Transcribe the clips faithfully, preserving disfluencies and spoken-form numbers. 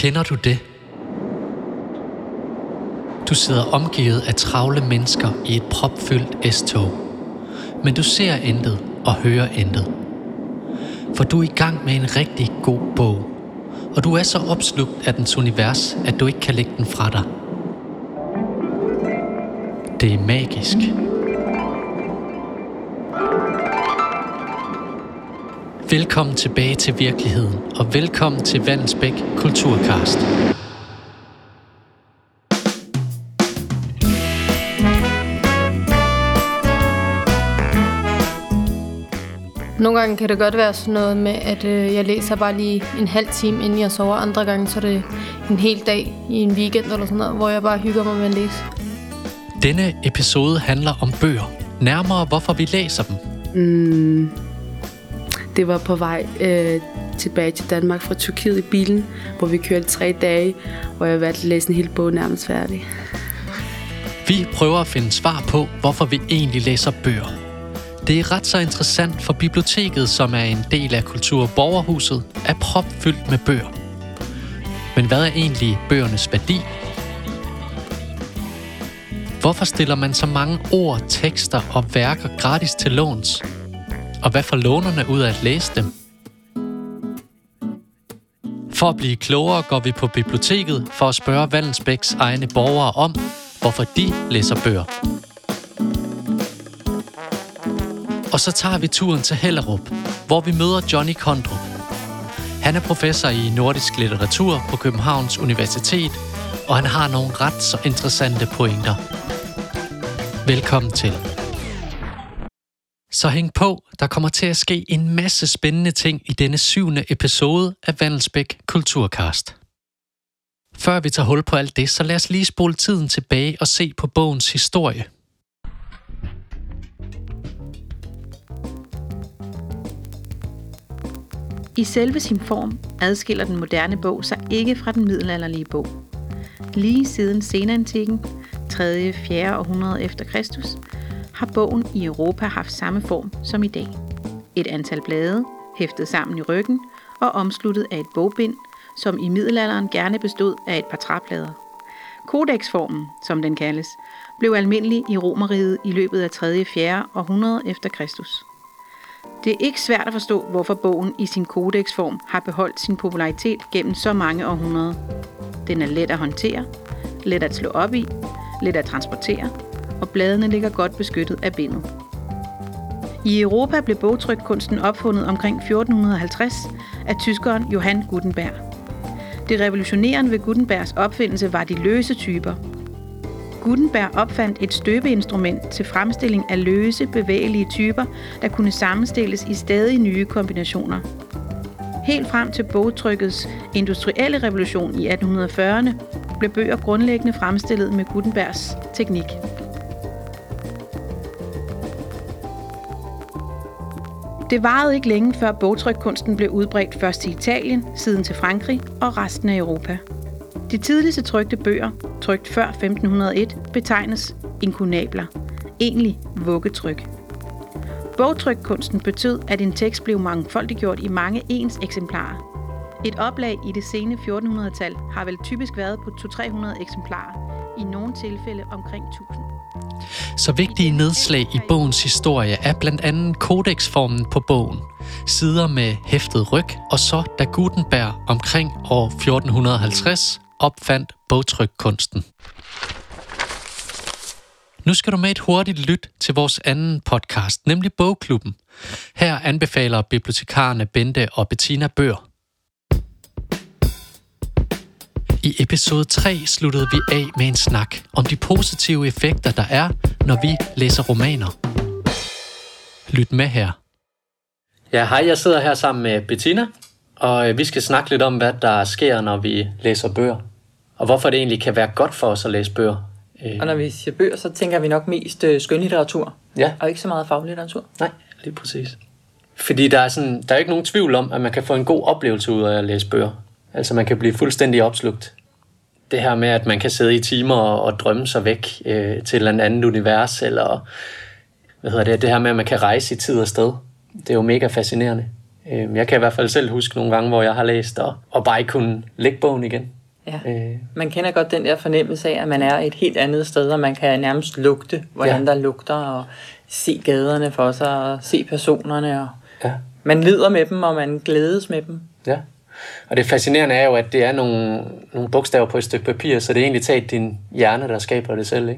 Kender du det? Du sidder omgivet af travle mennesker i et propfyldt S-tog. Men du ser intet og hører intet. For du er i gang med en rigtig god bog. Og du er så opslugt af dens univers, at du ikke kan lægge den fra dig. Det er magisk. Velkommen tilbage til virkeligheden, og velkommen til Vallensbæk Kulturcast. Nogle gange kan det godt være sådan noget med, at øh, jeg læser bare lige en halv time, inden jeg sover. Andre gange så er det en hel dag i en weekend eller sådan noget, hvor jeg bare hygger mig med at læse. Denne episode handler om bøger. Nærmere hvorfor vi læser dem. Mm, det var på vej øh, tilbage til Danmark fra Tyrkiet i bilen, hvor vi kørte tre dage, hvor jeg valgte at læse en hel bog nærmest færdig. Vi prøver at finde svar på, hvorfor vi egentlig læser bøger. Det er ret så interessant, for biblioteket, som er en del af Kulturborgerhuset, er propfyldt med bøger. Men hvad er egentlig bøgernes værdi? Hvorfor stiller man så mange ord, tekster og værker gratis til låns? Og hvad får lånerne ud af at læse dem? For at blive klogere går vi på biblioteket for at spørge Vallensbæks egne borgere om, hvorfor de læser bøger. Og så tager vi turen til Hellerup, hvor vi møder Johnny Kondrup. Han er professor i nordisk litteratur på Københavns Universitet, og han har nogle ret så interessante pointer. Velkommen til. Så hæng på, der kommer til at ske en masse spændende ting i denne syvende episode af Vallensbæk Kulturcast. Før vi tager hul på alt det, så lad os lige spole tiden tilbage og se på bogens historie. I selve sin form adskiller den moderne bog sig ikke fra den middelalderlige bog. Lige siden senantikken, tredje til fjerde århundrede efter Kristus, har bogen i Europa haft samme form som i dag. Et antal blade, hæftet sammen i ryggen og omsluttet af et bogbind, som i middelalderen gerne bestod af et par træplader. Codex-formen, som den kaldes, blev almindelig i Romerriget i løbet af tredje til fjerde århundrede efter Kristus. Det er ikke svært at forstå, hvorfor bogen i sin codex-form har beholdt sin popularitet gennem så mange århundreder. Den er let at håndtere, let at slå op i, let at transportere, og bladene ligger godt beskyttet af bindet. I Europa blev bogtrykkunsten opfundet omkring fjorten halvtreds af tyskeren Johann Gutenberg. Det revolutionerende ved Gutenbergs opfindelse var de løse typer. Gutenberg opfandt et støbeinstrument til fremstilling af løse, bevægelige typer, der kunne sammenstilles i stadig nye kombinationer. Helt frem til bogtrykkets industrielle revolution i atten fyrrerne blev bøger grundlæggende fremstillet med Gutenbergs teknik. Det varede ikke længe, før bogtrykkunsten blev udbredt først til Italien, siden til Frankrig og resten af Europa. De tidligste trykte bøger, trykt før femten hundrede og et, betegnes inkunabler, egentlig vuggetryk. Bogtrykkunsten betød, at en tekst blev mangfoldiggjort i mange ens eksemplarer. Et oplag i det sene fjortenhundredetal har vel typisk været på to til tre hundrede eksemplarer, i nogle tilfælde omkring tusind. Så vigtige nedslag i bogens historie er blandt andet codex-formen på bogen, sider med hæftet ryg, og så da Gutenberg omkring år fjorten halvtreds opfandt bogtrykkunsten. Nu skal du med et hurtigt lyt til vores anden podcast, nemlig Bogklubben. Her anbefaler bibliotekarerne Bente og Bettina bøger. I episode tre sluttede vi af med en snak om de positive effekter, der er, når vi læser romaner. Lyt med her. Ja, hej, jeg sidder her sammen med Bettina, og vi skal snakke lidt om, hvad der sker, når vi læser bøger. Og hvorfor det egentlig kan være godt for os at læse bøger. Og når vi siger bøger, så tænker vi nok mest skønlitteratur, ja. Og ikke så meget faglitteratur. Nej, lige præcis. Fordi der er, sådan, der er ikke nogen tvivl om, at man kan få en god oplevelse ud af at læse bøger. Altså man kan blive fuldstændig opslugt. Det her med, at man kan sidde i timer og, og drømme sig væk øh, til et eller andet univers, eller hvad hedder det, det her med, at man kan rejse i tid og sted. Det er jo mega fascinerende. Jeg kan i hvert fald selv huske nogle gange, hvor jeg har læst og, og bare ikke kunne lægge bogen igen. Ja. Øh. Man kender godt den der fornemmelse af, at man er et helt andet sted, og man kan nærmest lugte, hvordan ja. der lugter, og se gaderne for sig, og se personerne. Og ja. Man lider med dem, og man glædes med dem. Ja, og det fascinerende er jo, at det er nogle, nogle bogstaver på et stykke papir, så det er egentlig taget din hjerne, der skaber det selv, ikke?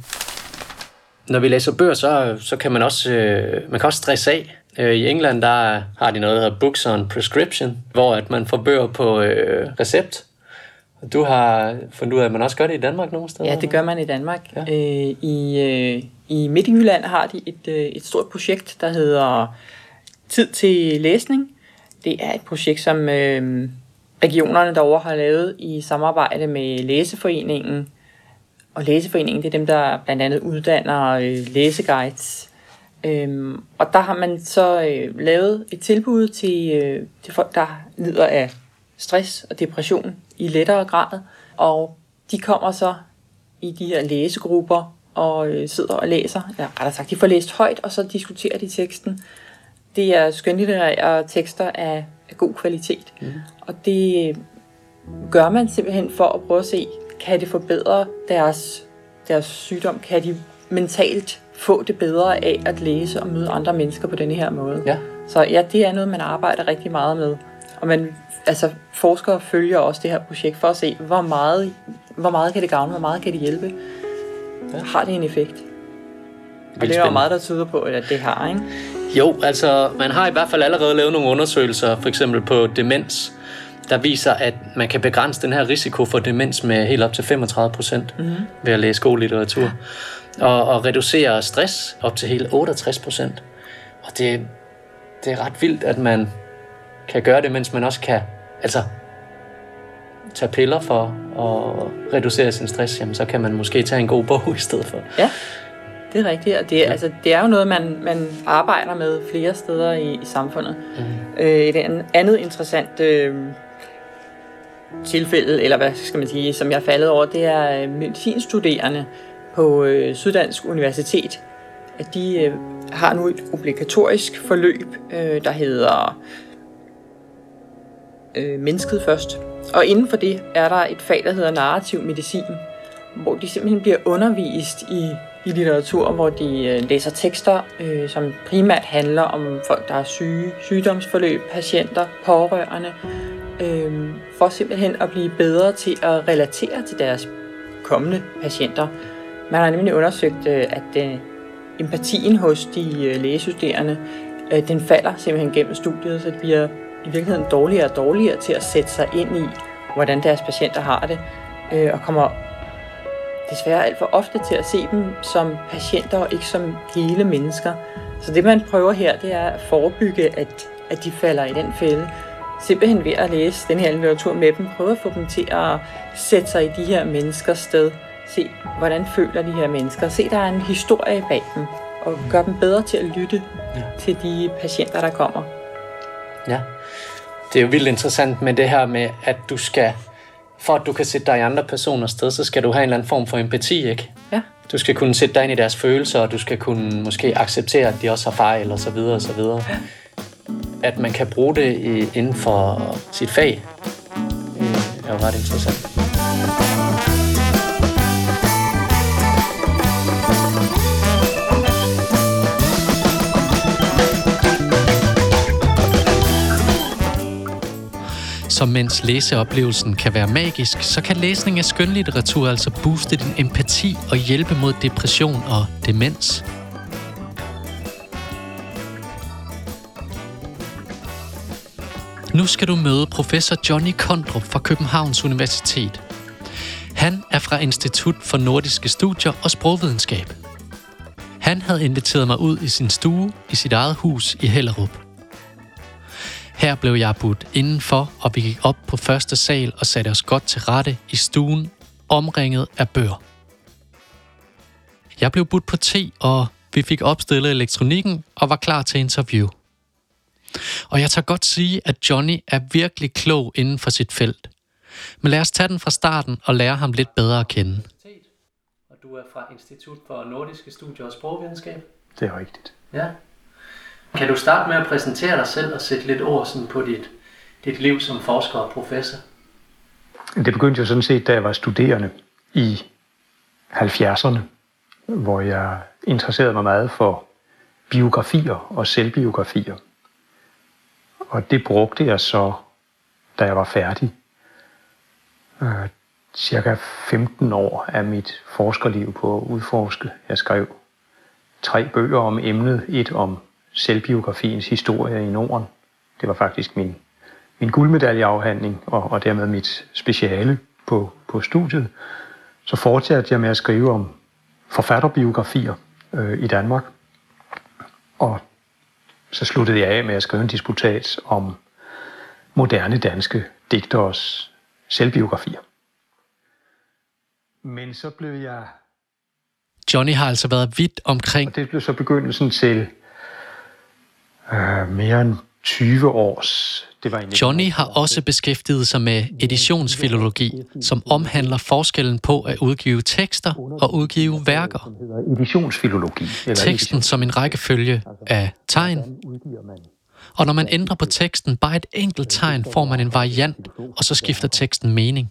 Når vi læser bøger, så, så kan man også, øh, man kan også stresse af. I England, der har de noget, der hedder Books on Prescription, hvor at man får bøger på øh, recept. Og du har fundet ud af, at man også gør det i Danmark nogle steder? Ja, det gør man i Danmark. Ja. Øh, I øh, i Midtjylland har de et, øh, et stort projekt, der hedder Tid til læsning. Det er et projekt, som øh, regionerne derovre har lavet i samarbejde med Læseforeningen. Og Læseforeningen, det er dem, der blandt andet uddanner øh, læseguides. Øhm, og der har man så øh, lavet et tilbud til, øh, til folk, der lider af stress og depression i lettere grad. Og de kommer så i de her læsegrupper og øh, sidder og læser. Ja, rettere sagt, de får læst højt, og så diskuterer de teksten. Det er skønlitterære tekster af, af god kvalitet. Mm. Og det øh, gør man simpelthen for at prøve at se, kan det forbedre deres, deres sygdom? Kan de mentalt få det bedre af at læse og møde andre mennesker på denne her måde? Ja. Så ja, det er noget, man arbejder rigtig meget med. Og man, altså, forskere følger også det her projekt for at se, hvor meget, hvor meget kan det gavne, hvor meget kan det hjælpe. Ja. Har det en effekt? Og det er jo meget, der tyder på, at det har, ikke? Jo, altså, man har i hvert fald allerede lavet nogle undersøgelser, for eksempel på demens, der viser, at man kan begrænse den her risiko for demens med helt op til femogtredive procent mm-hmm. ved at læse god litteratur. Ja. Og, og reducere stress op til hele otteogtres procent. Og det, det er ret vildt, at man kan gøre det, mens man også kan altså, tage piller for at reducere sin stress. Jamen, så kan man måske tage en god bog i stedet for. Ja, det er rigtigt. Og det, ja. altså, det er jo noget, man, man arbejder med flere steder i, i samfundet. Mm. Øh, et andet interessant øh, tilfælde, eller hvad skal man sige, som jeg er faldet over, det er medicinstuderende på øh, Syddansk Universitet. At de øh, har nu et obligatorisk forløb, øh, der hedder øh, Mennesket først. Og inden for det er der et fag, der hedder narrativ medicin, hvor de simpelthen bliver undervist i, i litteratur, hvor de øh, læser tekster, øh, som primært handler om folk, der er syge, sygdomsforløb, patienter, pårørende, øh, for simpelthen at blive bedre til at relatere til deres kommende patienter. Man har nemlig undersøgt, at empatien hos de lægestuderende, den falder simpelthen gennem studiet, så det bliver i virkeligheden dårligere og dårligere til at sætte sig ind i, hvordan deres patienter har det, og kommer desværre alt for ofte til at se dem som patienter og ikke som hele mennesker. Så det man prøver her, det er at forebygge, at, at de falder i den fælde. Simpelthen ved at læse den her litteratur med dem, prøve at få dem til at sætte sig i de her menneskers sted. Se, hvordan føler de her mennesker. Se, der er en historie bag dem. Og gør dem bedre til at lytte ja. til de patienter, der kommer. Ja, det er jo vildt interessant med det her med, at du skal, for at du kan sætte dig i andre personers sted, så skal du have en eller anden form for empati, ikke? Ja. Du skal kunne sætte dig ind i deres følelser, og du skal kunne måske acceptere, at de også har fejl, og så videre, og så videre. Ja. At man kan bruge det i, inden for sit fag, er jo ret interessant. Så mens læseoplevelsen kan være magisk, så kan læsning af skønlitteratur altså booste din empati og hjælpe mod depression og demens. Nu skal du møde professor Johnny Kondrup fra Københavns Universitet. Han er fra Institut for Nordiske Studier og Sprogvidenskab. Han havde inviteret mig ud i sin stue i sit eget hus i Hellerup. Her blev jeg budt indenfor, og vi gik op på første sal og satte os godt til rette i stuen, omringet af bøger. Jeg blev budt på te, og vi fik opstillet elektronikken og var klar til interview. Og jeg tør godt sige, at Johnny er virkelig klog inden for sit felt. Men lad os tage den fra starten og lære ham lidt bedre at kende. Og du er fra Institut for Nordiske Studier og Sprogvidenskab? Det er rigtigt. Ja. Kan du starte med at præsentere dig selv og sætte lidt ord sådan på dit, dit liv som forsker og professor? Det begyndte jo sådan set, da jeg var studerende i halvfjerdserne, hvor jeg interesserede mig meget for biografier og selvbiografier. Og det brugte jeg så, da jeg var færdig. Øh, cirka femten år af mit forskerliv på at udforske. Jeg skrev tre bøger om emnet. Et om selvbiografiens historie i Norden. Det var faktisk min, min guldmedaljeafhandling, og, og dermed mit speciale på, på studiet. Så fortsatte jeg med at skrive om forfatterbiografier øh, i Danmark. Og så sluttede jeg af med at skrive en disputat om moderne danske digteres selvbiografier. Men så blev jeg... Johnny har altså været vidt omkring. Og det blev så begyndelsen til øh, mere end tyve års... Det var Johnny har også beskæftiget sig med editionsfilologi, som omhandler forskellen på at udgive tekster og udgive værker. Editionsfilologi. Teksten som en rækkefølge af tegn. Og når man ændrer på teksten bare et enkelt tegn, får man en variant, og så skifter teksten mening.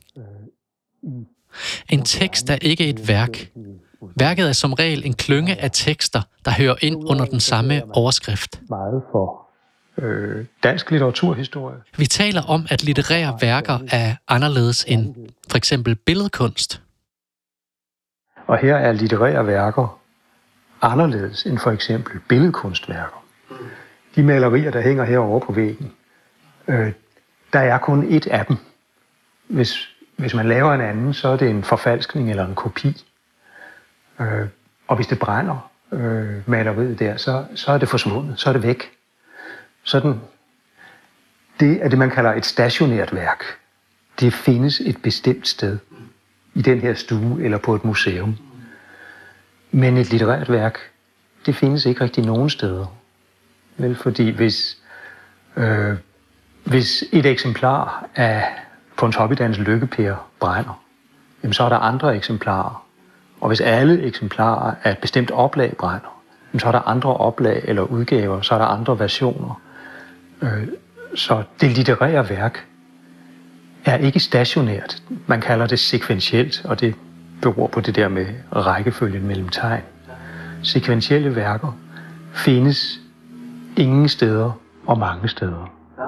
En tekst er ikke et værk. Værket er som regel en klynge af tekster, der hører ind under den samme overskrift. Meget for øh, dansk litteraturhistorie. Vi taler om, at litterære værker er anderledes end for eksempel billedkunst. Og her er litterære værker anderledes end for eksempel billedkunstværker. De malerier, der hænger herovre på væggen, øh, der er kun et af dem. Hvis, hvis man laver en anden, så er det en forfalskning eller en kopi. Øh, og hvis det brænder øh, maleriet der, så, så er det forsvundet, så er det væk. Sådan, det er det, man kalder et stationært værk. Det findes et bestemt sted i den her stue eller på et museum. Men et litterært værk, det findes ikke rigtig nogen steder. Vel, fordi hvis, øh, hvis et eksemplar af Pontoppidans Lykke-Per brænder, jamen så er der andre eksemplarer. Og hvis alle eksemplarer af et bestemt oplag brænder, jamen så er der andre oplag eller udgaver, så er der andre versioner. Øh, så det litterære værk er ikke stationært. Man kalder det sekventielt, og det beror på det der med rækkefølgen mellem tegn. Sekventielle værker findes ingen steder og mange steder.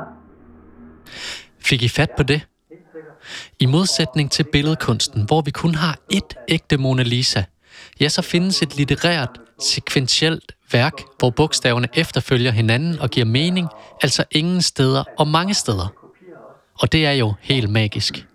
Fik I fat på det? I modsætning til billedkunsten, hvor vi kun har ét ægte Mona Lisa, ja, så findes et litterært, sekventielt værk, hvor bogstaverne efterfølger hinanden og giver mening, altså ingen steder og mange steder. Og det er jo helt magisk.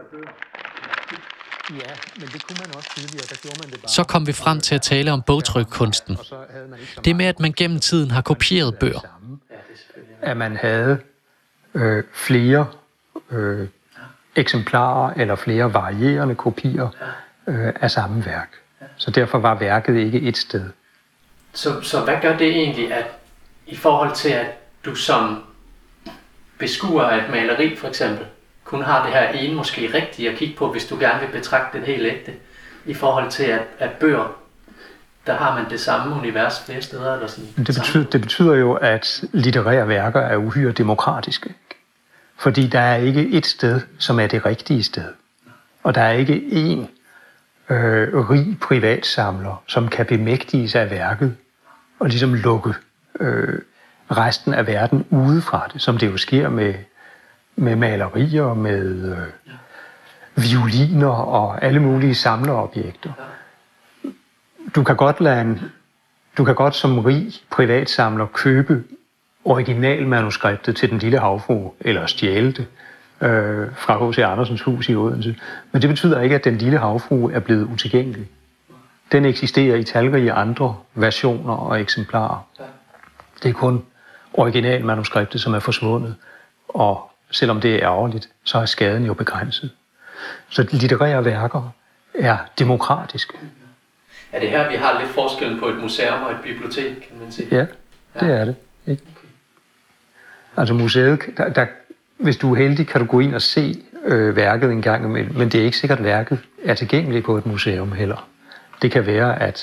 Så kom vi frem til at tale om bogtrykkunsten. Det med, at man gennem tiden har kopieret bøger. At man havde øh, flere øh, eksemplarer eller flere varierende kopier øh, af samme værk. Så derfor var værket ikke et sted. Så, så hvad gør det egentlig, at i forhold til, at du som beskuer af et maleri for eksempel, kun har det her ene måske rigtigt at kigge på, hvis du gerne vil betragte det helt ægte, i forhold til, at, at bøger, der har man det samme univers flere steder? Eller sådan, det, betyder, det betyder jo, at litterære værker er uhyre demokratiske. Fordi der er ikke et sted, som er det rigtige sted. Og der er ikke én øh, rig privatsamler, som kan bemægtige sig af værket og ligesom lukke øh, resten af verden udefra det, som det jo sker med, med malerier, med øh, violiner og alle mulige samlerobjekter. Du kan godt lade en, du kan godt som rig privatsamler købe originalmanuskriptet til Den Lille Havfrue, eller stjæle det øh, fra H C Andersens hus i Odense. Men det betyder ikke, at Den Lille Havfrue er blevet utilgængelig. Den eksisterer i talrige andre versioner og eksemplarer. Det er kun originalmanuskriptet, som er forsvundet, og selvom det er ærgerligt, så er skaden jo begrænset. Så litterære værker er demokratiske. Er det her, vi har lidt forskellen på et museum og et bibliotek, kan man sige? Ja, det er det. Ikke? Altså museet, der, der, hvis du er heldig, kan du gå ind og se øh, værket en gang imellem, men det er ikke sikkert, at værket er tilgængeligt på et museum heller. Det kan være, at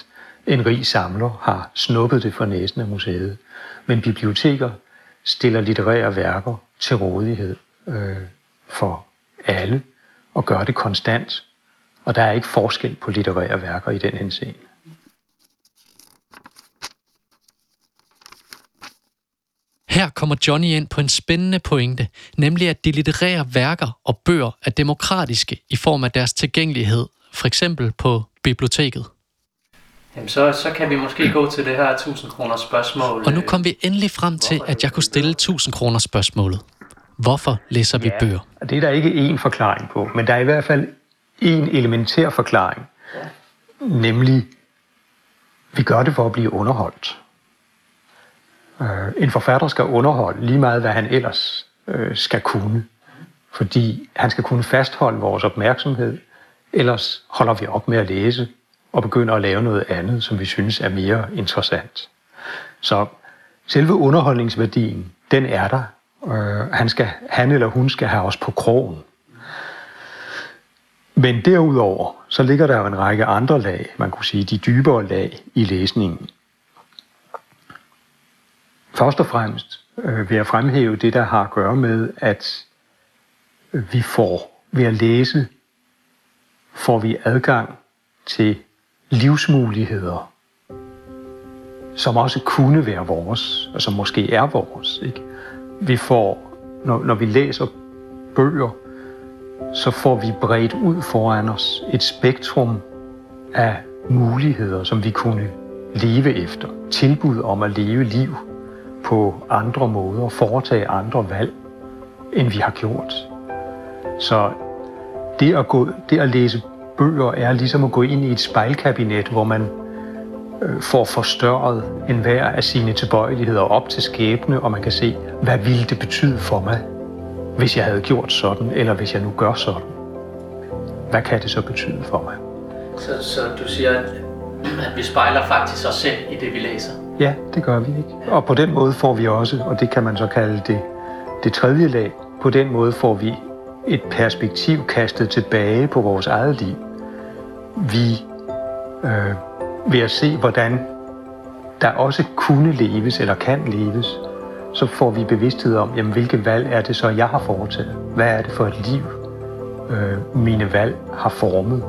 en rig samler har snuppet det fra næsen af museet. Men biblioteker stiller litterære værker til rådighed øh, for alle og gør det konstant. Og der er ikke forskel på litterære værker i den henseende. Her kommer Johnny ind på en spændende pointe, nemlig at de litterære værker og bøger er demokratiske i form af deres tilgængelighed, for eksempel på biblioteket. Jamen så, så kan vi måske gå til det her tusind kroners spørgsmål. Og nu kom vi endelig frem til, at jeg kunne stille tusind kroners spørgsmålet. Hvorfor læser vi ja, bøger? Det er der ikke én forklaring på, men der er i hvert fald en elementær forklaring. Nemlig, vi gør det for at blive underholdt. En forfatter skal underholde lige meget, hvad han ellers skal kunne. Fordi han skal kunne fastholde vores opmærksomhed, ellers holder vi op med at læse og begynder at lave noget andet, som vi synes er mere interessant. Så selve underholdningsværdien, den er der. Han, skal, han eller hun skal have os på krogen. Men derudover, så ligger der jo en række andre lag, man kunne sige, de dybere lag i læsningen. Først og fremmest øh, vil jeg fremhæve det, der har at gøre med, at vi får, ved at læse, får vi adgang til livsmuligheder, som også kunne være vores, og som måske er vores. Ikke? Vi får, når, når vi læser bøger, så får vi bredt ud foran os et spektrum af muligheder, som vi kunne leve efter. Tilbud om at leve liv på andre måder, foretage andre valg, end vi har gjort. Så det at, gå, det at læse bøger er ligesom at gå ind i et spejlkabinet, hvor man øh, får forstørret enhver af sine tilbøjeligheder op til skæbne, og man kan se, hvad ville det betyde for mig, hvis jeg havde gjort sådan, eller hvis jeg nu gør sådan. Hvad kan det så betyde for mig? Så, så du siger, at, at vi spejler faktisk os selv i det, vi læser? Ja, det gør vi ikke. Og på den måde får vi også, og det kan man så kalde det, det tredje lag, på den måde får vi et perspektiv kastet tilbage på vores eget liv. Vi, øh, ved at se, hvordan der også kunne leves, eller kan leves, så får vi bevidsthed om, jamen, hvilke valg er det så, jeg har foretaget? Hvad er det for et liv, øh, mine valg har formet?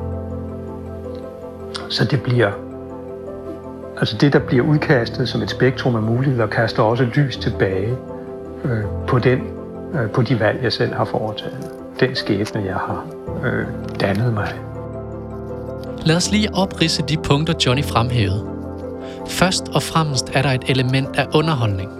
Så det bliver, altså det, der bliver udkastet som et spektrum af muligheder, kaster også lys tilbage øh, på, den, øh, på de valg, jeg selv har foretaget. Den skæbne, jeg har øh, dannet mig. Lad os lige opridse de punkter, Johnny fremhævede. Først og fremmest er der et element af underholdning.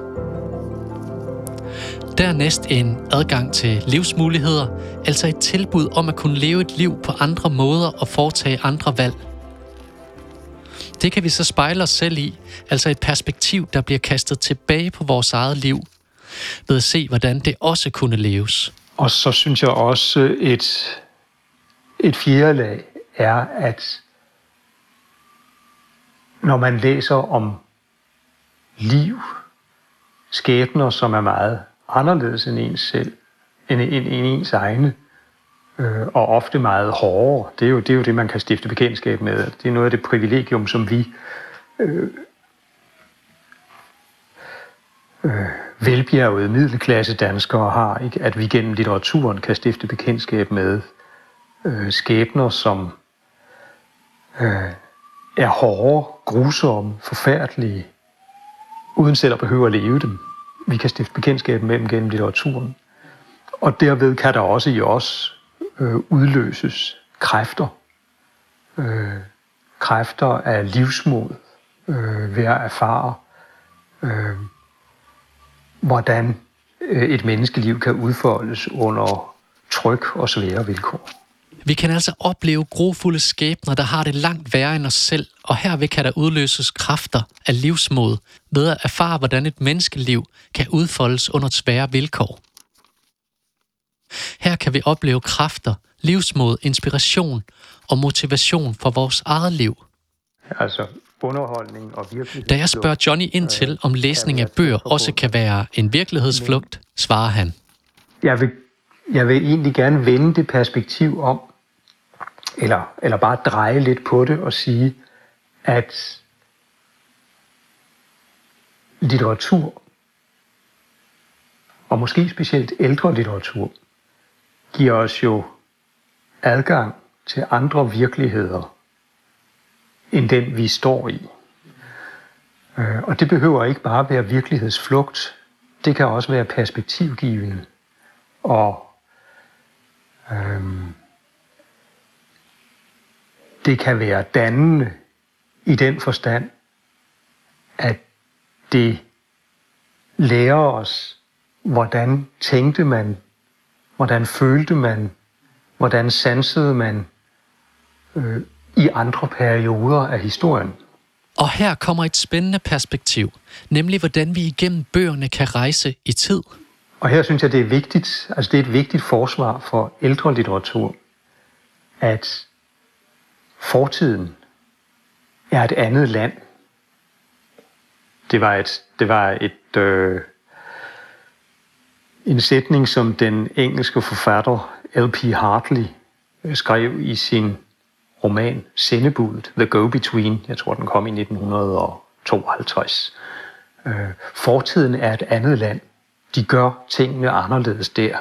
Dernæst en adgang til livsmuligheder, altså et tilbud om at kunne leve et liv på andre måder og foretage andre valg. Det kan vi så spejle os selv i, altså et perspektiv, der bliver kastet tilbage på vores eget liv, ved at se, hvordan det også kunne leves. Og så synes jeg også, et, et fjerde lag er, at når man læser om liv, skæbner, som er meget anderledes end ens selv, end, end, end ens egne, øh, og ofte meget hårdere. Det er, jo, det er jo det, man kan stifte bekendtskab med. Det er noget af det privilegium, som vi øh, øh, velbjergede middelklasse danskere har, ikke? At vi gennem litteraturen kan stifte bekendtskab med øh, skæbner, som øh, er hårde, grusomme, forfærdelige, uden selv at behøve at leve dem. Vi kan stifte bekendtskab med dem gennem litteraturen. Og derved kan der også i os øh, udløses kræfter. Øh, kræfter af livsmod øh, ved at erfare, øh, hvordan øh, et menneskeliv kan udfoldes under tryk og svære vilkår. Vi kan altså opleve grofulde skæbner, der har det langt værre end os selv, og herved kan der udløses kræfter af livsmod ved at erfare, hvordan et menneskeliv kan udfoldes under svære vilkår. Her kan vi opleve kræfter, livsmod, inspiration og motivation for vores eget liv. Altså underholdning og virkelighed. Da jeg spørger Johnny ind til, om læsning af bøger også kan være en virkelighedsflugt, svarer han. Jeg vil, jeg vil egentlig gerne vende det perspektiv om, eller, eller bare dreje lidt på det og sige, at litteratur, og måske specielt ældre litteratur, giver os jo adgang til andre virkeligheder, end den vi står i. Og det behøver ikke bare være virkelighedsflugt. Det kan også være perspektivgivende. Og øhm, det kan være dannende i den forstand, at det lærer os, hvordan tænkte man, hvordan følte man, hvordan sansede man øh, i andre perioder af historien. Og her kommer et spændende perspektiv, nemlig hvordan vi igennem bøgerne kan rejse i tid. Og her synes jeg, det er vigtigt, altså det er et vigtigt forsvar for ældre litteratur, at fortiden er et andet land. Det var et, det var et øh, en sætning, som den engelske forfatter L P Hartley skrev i sin roman Sendebudet, The Go-Between. Jeg tror, den kom i nitten tooghalvtreds. Øh, fortiden er et andet land. De gør tingene anderledes der.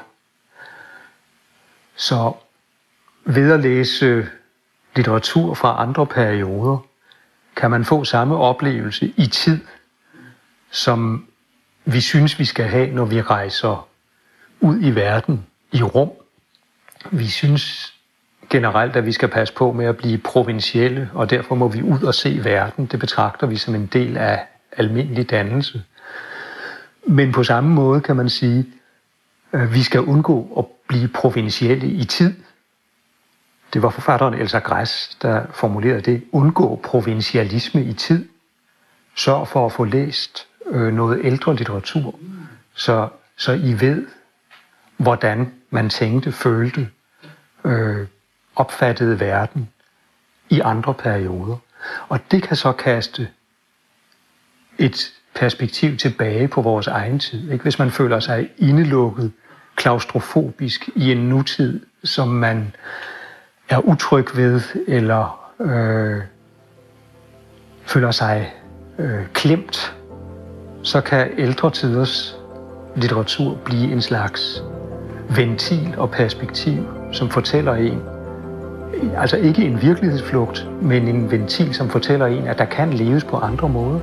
Så ved at læse litteratur fra andre perioder, kan man få samme oplevelse i tid, som vi synes, vi skal have, når vi rejser ud i verden, i rum. Vi synes generelt, at vi skal passe på med at blive provinsielle, og derfor må vi ud og se verden. Det betragter vi som en del af almindelig dannelse. Men på samme måde kan man sige, at vi skal undgå at blive provinsielle i tid. Det var forfatteren Elsa Gress, der formulerede det. Undgå provinsialisme i tid. Sørg for at få læst øh, noget ældre litteratur, så, så I ved, hvordan man tænkte, følte, øh, opfattede verden i andre perioder. Og det kan så kaste et perspektiv tilbage på vores egen tid. Ikke? Hvis man føler sig indelukket, klaustrofobisk i en nutid, som man er utryg ved, eller øh, føler sig øh, klemt, så kan ældre tiders litteratur blive en slags ventil og perspektiv, som fortæller en, altså ikke en virkelighedsflugt, men en ventil, som fortæller en, at der kan leves på andre måder.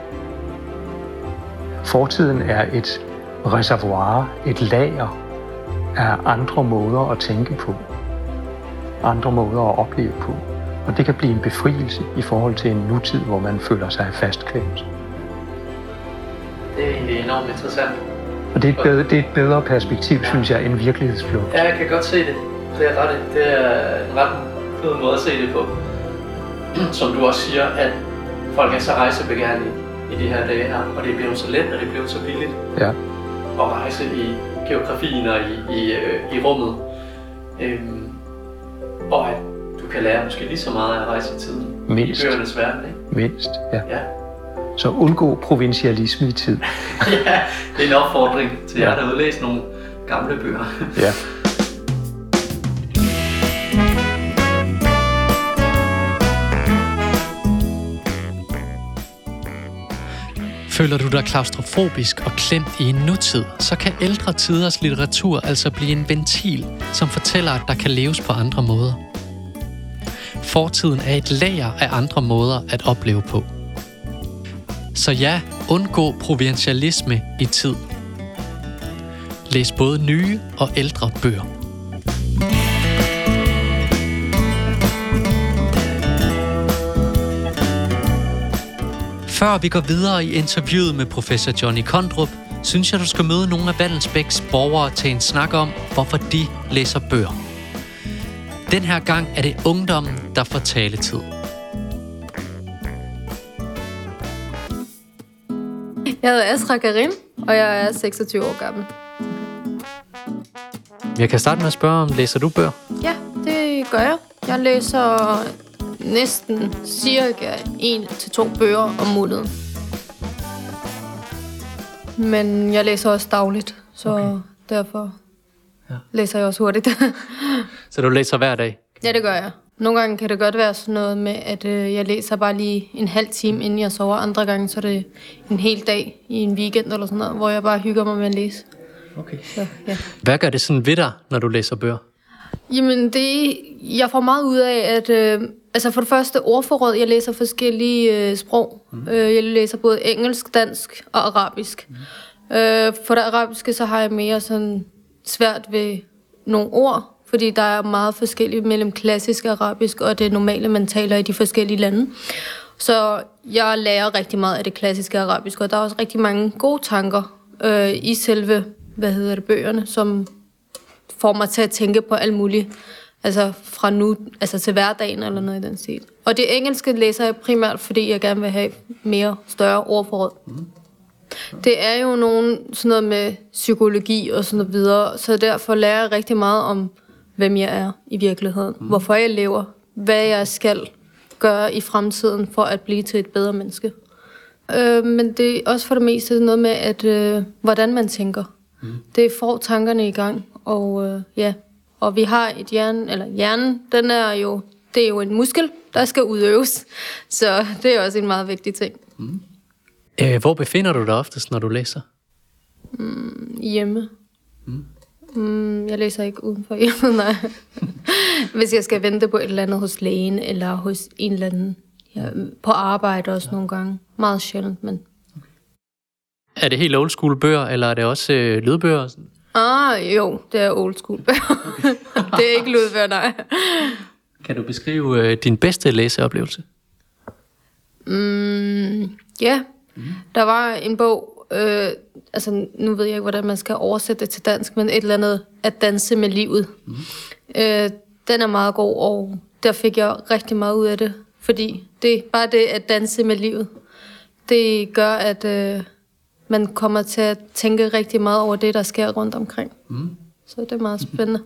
Fortiden er et reservoir, et lager af andre måder at tænke på, andre måder at opleve på. Og det kan blive en befrielse i forhold til en nutid, hvor man føler sig fastklemt. Det er egentlig enormt interessant. Og det er et bedre, det er et bedre perspektiv, ja, synes jeg, end virkelighedsflugt. Ja, jeg kan godt se det. Det er, ret, det er en ret fed måde at se det på. Som du også siger, at folk er så rejsebegærlige i de her dage her, og det er blevet så let, og det er blevet så billigt, ja, at rejse i geografien og i, i, øh, i rummet. Øhm, og at du kan lære måske lige så meget af at rejse i tiden. Mindst. I bøgernes verden, ikke? Mindst, ja. Ja. Så undgå provinsialisme i tid. Ja, det er en opfordring til jer, der har læst nogle gamle bøger. Ja. Føler du dig klaustrofobisk og klemt i en nutid, så kan ældre tiders litteratur altså blive en ventil, som fortæller, at der kan leves på andre måder. Fortiden er et lager af andre måder at opleve på. Så ja, undgå provinsialisme i tid. Læs både nye og ældre bøger. Før vi går videre i interviewet med professor Johnny Kondrup, synes jeg, du skal møde nogle af Vallensbæks borgere til en snak om, hvorfor de læser bøger. Den her gang er det ungdommen, der får taletid. Jeg hedder Asra Karim, og jeg er seksogtyve år gammel. Jeg kan starte med at spørge, om læser du bøger? Ja, det gør jeg. Jeg læser næsten cirka en til to bøger om måneden. Men jeg læser også dagligt, så okay. Derfor ja. læser jeg også hurtigt. Så du læser hver dag? Ja, det gør jeg. Nogle gange kan det godt være sådan noget med, at øh, jeg læser bare lige en halv time, inden jeg sover. Andre gange så er det en hel dag i en weekend eller sådan noget, hvor jeg bare hygger mig med at læse. Okay. Så, ja. Hvad gør det sådan ved dig, når du læser bøger? Jamen, det, jeg får meget ud af, at øh, altså for det første ordforråd, jeg læser forskellige øh, sprog. Mm. Øh, jeg læser både engelsk, dansk og arabisk. Mm. Øh, for det arabiske, så har jeg mere sådan svært ved nogle ord, fordi der er meget forskelligt mellem klassisk arabisk og det normale, man taler i de forskellige lande. Så jeg lærer rigtig meget af det klassiske arabiske, og der er også rigtig mange gode tanker øh, i selve, hvad hedder det, bøgerne, som får mig til at tænke på alt muligt, altså fra nu, altså til hverdagen eller noget i den stil. Og det engelske læser jeg primært, fordi jeg gerne vil have mere større ordforråd. Mm. Det er jo nogen, sådan noget med psykologi og sådan noget videre, så derfor lærer jeg rigtig meget om, hvem jeg er i virkeligheden, mm. hvorfor jeg lever, hvad jeg skal gøre i fremtiden for at blive til et bedre menneske. Øh, men det er også for det meste noget med, at øh, hvordan man tænker. Mm. Det får tankerne i gang, og øh, ja, og vi har et hjerne, eller hjernen, den er jo, det er jo en muskel, der skal udøves, så det er også en meget vigtig ting. Mm. Øh, hvor befinder du dig oftest, når du læser? Mm, hjemme. Mm. Mm, jeg læser ikke udenfor hjemme, nej. Hvis jeg skal vente på et eller andet hos lægen, eller hos en eller anden, ja, på arbejde også nogle gange. Meget sjældent, men... Er det helt old school bøger, eller er det også øh, lydbøger? Ah, jo, det er old school bøger. Det er ikke lydbøger, nej. Kan du beskrive øh, din bedste læseoplevelse? Mm, ja, mm. Der var en bog, øh, altså nu ved jeg ikke, hvordan man skal oversætte det til dansk, men et eller andet at danse med livet. Mm. Øh, den er meget god, og der fik jeg rigtig meget ud af det, fordi det bare det at danse med livet, det gør, at øh, man kommer til at tænke rigtig meget over det, der sker rundt omkring. Mm. Så det er meget spændende.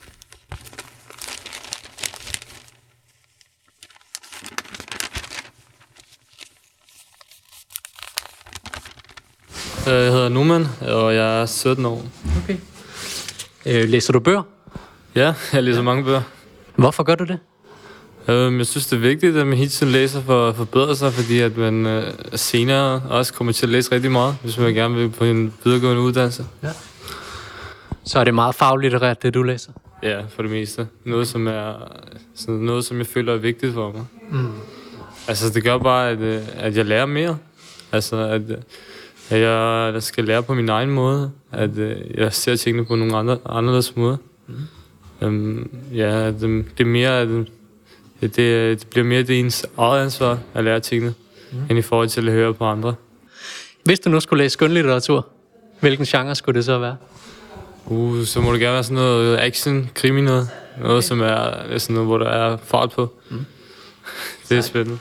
Jeg hedder Numan, og jeg er sytten år. Okay. Øh, læser du bøger? Ja, jeg læser mange bøger. Hvorfor gør du det? Øh, jeg synes, det er vigtigt, at man hele tiden læser for at forbedre sig, fordi at man øh, senere også kommer til at læse rigtig meget, hvis man gerne vil på en videregående uddannelse. Ja. Så er det meget faglitterært, det du læser? Ja, for det meste. Noget, som er sådan noget, som jeg føler er vigtigt for mig. Mm. Altså, det gør bare, at, at jeg lærer mere. Altså, at... at jeg skal lære på min egen måde, at øh, jeg ser tingene på nogle andre, anderledes måder. Mm. Um, ja, det, det er mere, at det, det bliver mere det ens eget ansvar at lære tingene, mm. end i forhold til at høre på andre. Hvis du nu skulle læse skønlitteratur, hvilken genre skulle det så være? Uh, så må det gerne være sådan noget action, krimi noget. Noget, okay. Som er sådan noget, hvor der er fart på. Mm. Det er spændende.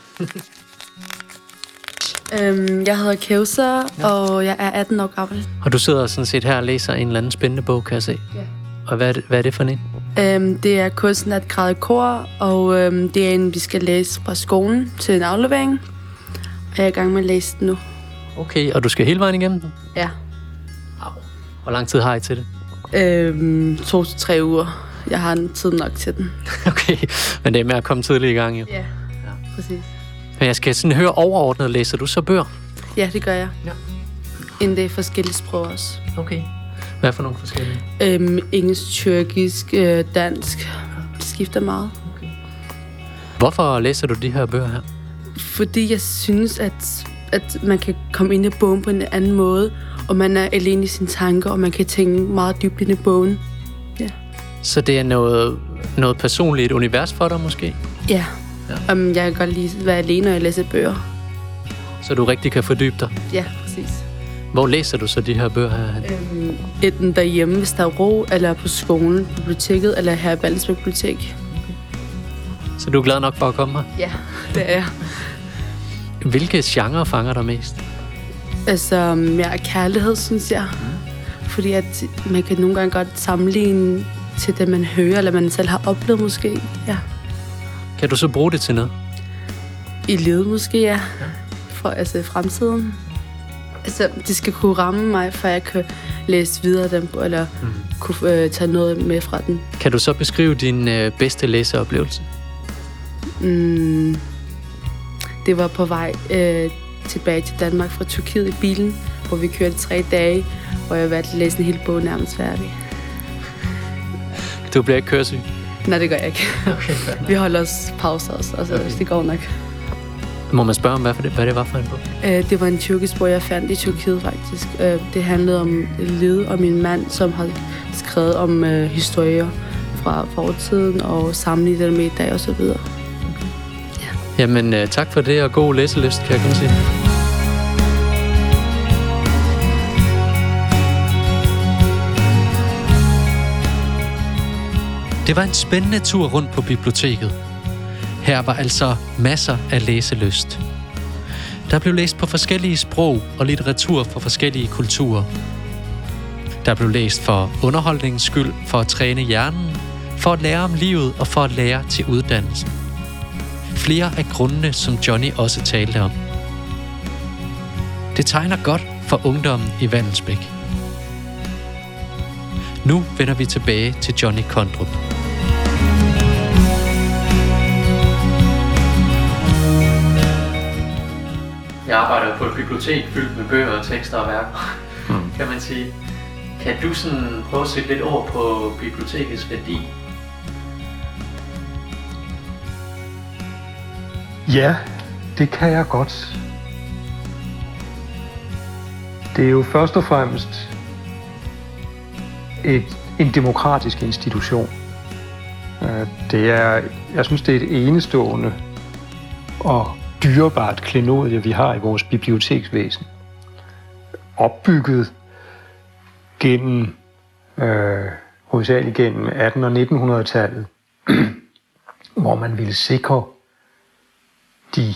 Øhm, jeg hedder Kevser, ja. Og jeg er atten år gammel. Og du sidder sådan set her og læser en eller anden spændende bog, kan jeg se. Ja. Og hvad er det, hvad er det for en? Øhm, det er kunsten at græde kor, og øhm, det er en, vi skal læse fra skolen til en aflevering. Og jeg er i gang med at læse den nu. Okay, og du skal hele vejen igennem den? Ja. Wow. Hvor lang tid har I til det? Øhm, to til tre uger. Jeg har en tid nok til den. Okay, men det er med at komme tidligt i gang, jo. Ja, ja. Præcis. Men jeg skal sådan høre overordnet, læser du så bøger? Ja, det gør jeg. Ja. Inden det er forskellige sprog også. Okay. Hvad for nogle forskellige? Øhm, engelsk, tyrkisk, øh, dansk. Det skifter meget. Okay. Hvorfor læser du de her bøger her? Fordi jeg synes, at, at man kan komme ind i bogen på en anden måde, og man er alene i sine tanker, og man kan tænke meget dybt ind i bogen. Ja. Så det er noget, noget personligt, et univers for dig måske? Ja. Ja. Um, jeg kan godt lide at være alene, når jeg læser bøger. Så du rigtig kan fordybe dig? Ja, præcis. Hvor læser du så de her bøger her? Um, enten derhjemme, hvis der er ro, eller på skolen, biblioteket, eller her i Valdensborg Bibliotek. Okay. Så du er glad nok for at komme her? Ja, det er jeg. Hvilke genre fanger dig mest? Altså, mere kærlighed, synes jeg. Mm. Fordi at man kan nogle gange godt sammenligne til det, man hører, eller man selv har oplevet måske. Ja. Kan du så bruge det til noget? I livet måske, ja. For, altså i fremtiden. Altså, det skal kunne ramme mig, for jeg kan læse videre den, eller mm. kunne øh, tage noget med fra den. Kan du så beskrive din øh, bedste læseoplevelse? Mm, det var på vej øh, tilbage til Danmark fra Tyrkiet i bilen, hvor vi kørte tre dage, hvor jeg valgte at læse en hel bog nærmest færdig. Du bliver ikke køresyg? Nej, det gør jeg ikke. Okay, vi holder os pauser også, altså okay. Det går nok. Må man spørge om, hvad, det, hvad det var for en bog? Øh, det var en tyrkisk bog, jeg fandt i Tyrkiet faktisk. Øh, det handlede om livet om en mand, som har skrevet om øh, historier fra fortiden og sammenlignet det med i dag og så videre. Okay. Ja. Jamen, øh, tak for det, og god læselyst, kan jeg kun sige. Det var en spændende tur rundt på biblioteket. Her var altså masser af læselyst. Der blev læst på forskellige sprog og litteratur for forskellige kulturer. Der blev læst for underholdningens skyld, for at træne hjernen, for at lære om livet og for at lære til uddannelsen. Flere af grundene, som Johnny også talte om. Det tegner godt for ungdommen i Vallensbæk. Nu vender vi tilbage til Johnny Kondrup. Jeg arbejder på et bibliotek fyldt med bøger og tekster og værker, mm. kan man sige. Kan du sådan prøve at sætte lidt ord på bibliotekets værdi? Ja, det kan jeg godt. Det er jo først og fremmest et, en demokratisk institution. Det er, jeg synes, det er et enestående og dyrebart klenodie, vi har i vores biblioteksvæsen. Opbygget gennem, øh, hovedsageligt gennem atten- og nittenhundredetallet, hvor man ville sikre de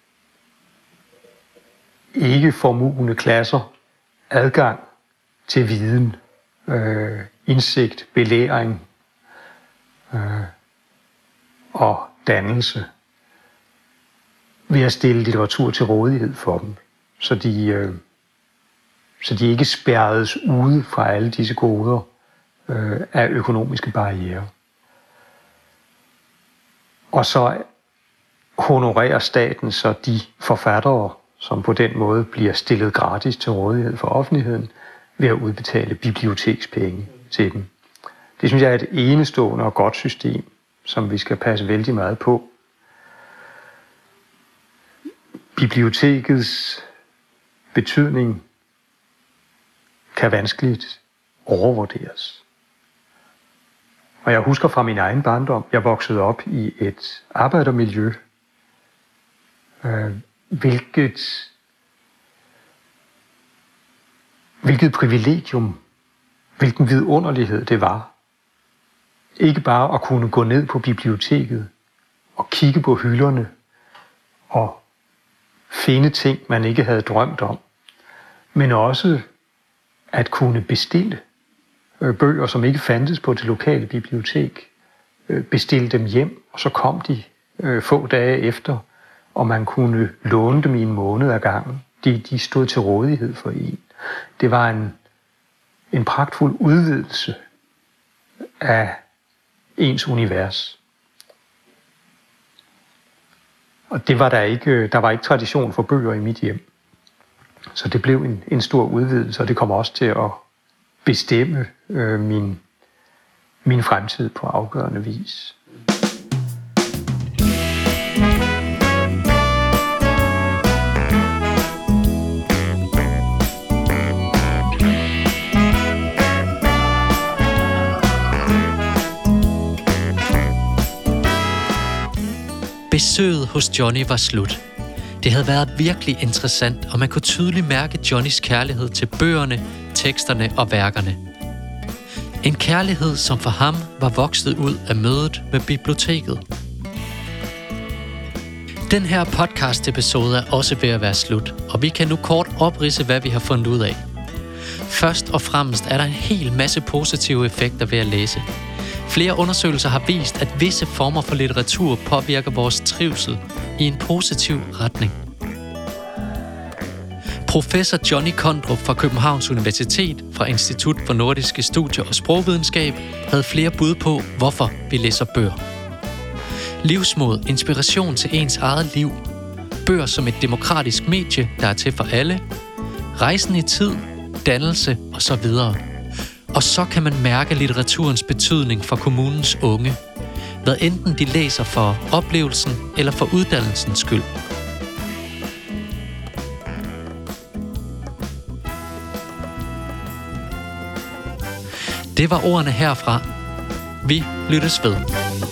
ikke formugende klasser adgang til viden, øh, indsigt, belæring øh, og dannelse ved at stille litteratur til rådighed for dem, så de, øh, så de ikke spærredes ude fra alle disse goder øh, af økonomiske barrierer. Og så honorerer staten så de forfattere, som på den måde bliver stillet gratis til rådighed for offentligheden, ved at udbetale bibliotekspenge til dem. Det synes jeg er et enestående og godt system, som vi skal passe vældig meget på. Bibliotekets betydning kan vanskeligt overvurderes. Og jeg husker fra min egen barndom, jeg voksede op i et arbejdermiljø, øh, hvilket, hvilket privilegium, hvilken vidunderlighed det var. Ikke bare at kunne gå ned på biblioteket og kigge på hylderne og finde ting, man ikke havde drømt om, men også at kunne bestille bøger, som ikke fandtes på det lokale bibliotek, bestille dem hjem, og så kom de få dage efter, og man kunne låne dem i en måned ad gangen. De, de stod til rådighed for en. Det var en, en pragtfuld udvidelse af ens univers. Og det var der ikke, der var ikke tradition for bøger i mit hjem. Så det blev en, en stor udvidelse, og det kom også til at bestemme øh, min, min fremtid på afgørende vis. Besøget hos Johnny var slut. Det havde været virkelig interessant, og man kunne tydeligt mærke Johnnys kærlighed til bøgerne, teksterne og værkerne. En kærlighed, som for ham var vokset ud af mødet med biblioteket. Den her podcast-episode er også ved at være slut, og vi kan nu kort opridse, hvad vi har fundet ud af. Først og fremmest er der en hel masse positive effekter ved at læse. Flere undersøgelser har vist, at visse former for litteratur påvirker vores trivsel i en positiv retning. Professor Johnny Kondrup fra Københavns Universitet fra Institut for Nordiske Studier og Sprogvidenskab havde flere bud på, hvorfor vi læser bøger. livsmod, inspiration til ens eget liv, bøger som et demokratisk medie, der er til for alle, rejsen i tid, dannelse og så videre. Og så kan man mærke litteraturens betydning for kommunens unge, hvad enten de læser for oplevelsen eller for uddannelsens skyld. Det var ordene herfra. Vi lyttes ved.